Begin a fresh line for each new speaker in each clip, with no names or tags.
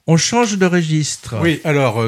On change de registre.
Oui, alors,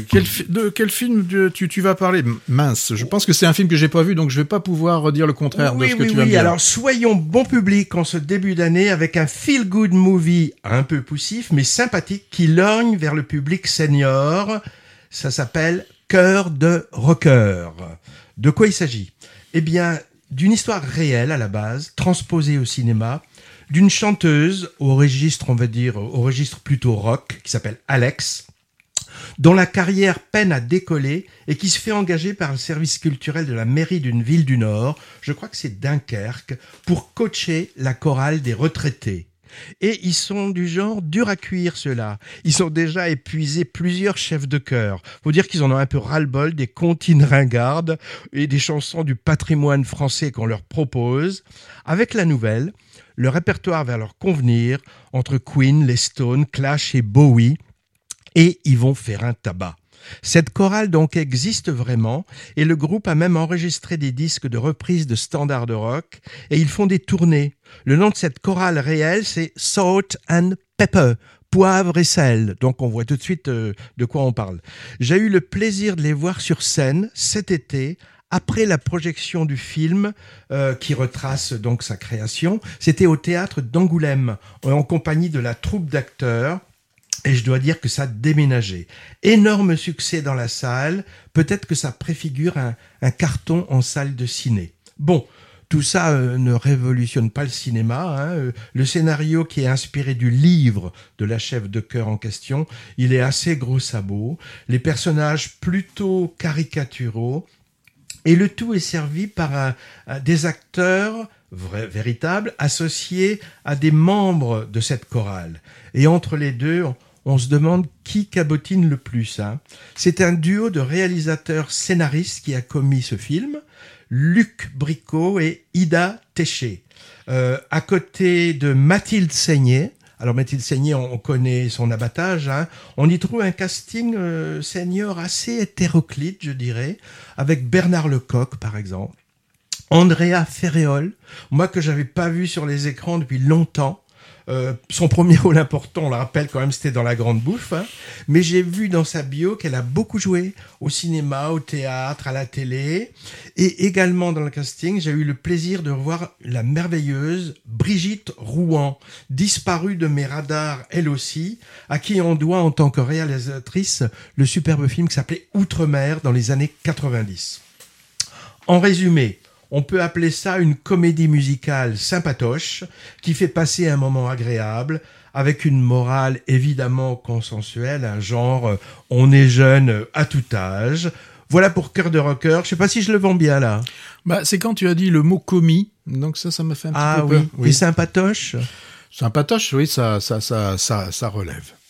de quel film tu vas parler ? Mince, je pense que c'est un film que j'ai pas vu, donc je vais pas pouvoir dire le contraire de ce que tu vas me dire.
Alors, soyons bon public en ce début d'année avec un feel-good movie un peu poussif, mais sympathique, qui lorgne vers le public senior. Ça s'appelle Cœur de rocker. De quoi il s'agit ? Eh bien, d'une histoire réelle à la base, transposée au cinéma, d'une chanteuse au registre, on va dire, au registre plutôt rock, qui s'appelle Alex, dont la carrière peine à décoller et qui se fait engager par le service culturel de la mairie d'une ville du Nord, je crois que c'est Dunkerque, pour coacher la chorale des retraités. Et ils sont du genre dur à cuire, ceux-là. Ils ont déjà épuisé plusieurs chefs de chœur. Faut dire qu'ils en ont un peu ras-le-bol des comptines ringardes et des chansons du patrimoine français qu'on leur propose. Avec la nouvelle, le répertoire va leur convenir entre Queen, les Stones, Clash et Bowie, et ils vont faire un tabac. Cette chorale donc existe vraiment et le groupe a même enregistré des disques de reprises de standards de rock et ils font des tournées. Le nom de cette chorale réelle, c'est Salt and Pepper, poivre et sel. Donc on voit tout de suite de quoi on parle. J'ai eu le plaisir de les voir sur scène cet été après la projection du film qui retrace donc sa création. C'était au théâtre d'Angoulême en compagnie de la troupe d'acteurs. Et je dois dire que ça a déménagé. Énorme succès dans la salle. Peut-être que ça préfigure un carton en salle de ciné. Bon, tout ça ne révolutionne pas le cinéma. Le scénario qui est inspiré du livre de la chef de chœur en question, il est assez gros sabot. Les personnages plutôt caricaturaux. Et le tout est servi par des acteurs véritables associés à des membres de cette chorale. Et entre les deux, on se demande qui cabotine le plus. C'est un duo de réalisateurs-scénaristes qui a commis ce film, Luc Bricot et Ida Téché. À côté de Mathilde Seigné. Alors Mathilde Seigné, on connaît son abattage. On y trouve un casting senior assez hétéroclite, je dirais, avec Bernard Lecoq, par exemple. Andrea Ferréol, moi que j'avais pas vu sur les écrans depuis longtemps. Son premier rôle important, on le rappelle quand même, c'était dans La Grande Bouffe, mais j'ai vu dans sa bio qu'elle a beaucoup joué au cinéma, au théâtre, à la télé, et également dans le casting, j'ai eu le plaisir de revoir la merveilleuse Brigitte Rouen, disparue de mes radars elle aussi, à qui on doit en tant que réalisatrice le superbe film qui s'appelait Outre-mer dans les années 90. En résumé, on peut appeler ça une comédie musicale sympatoche qui fait passer un moment agréable avec une morale évidemment consensuelle, un genre on est jeune à tout âge. Voilà pour Cœur de rocker. Je sais pas si je le vends bien là.
Bah c'est quand tu as dit le mot commis, donc ça m'a fait un petit peu peur.
Oui. Et sympatoche.
Sympatoche, oui, ça relève.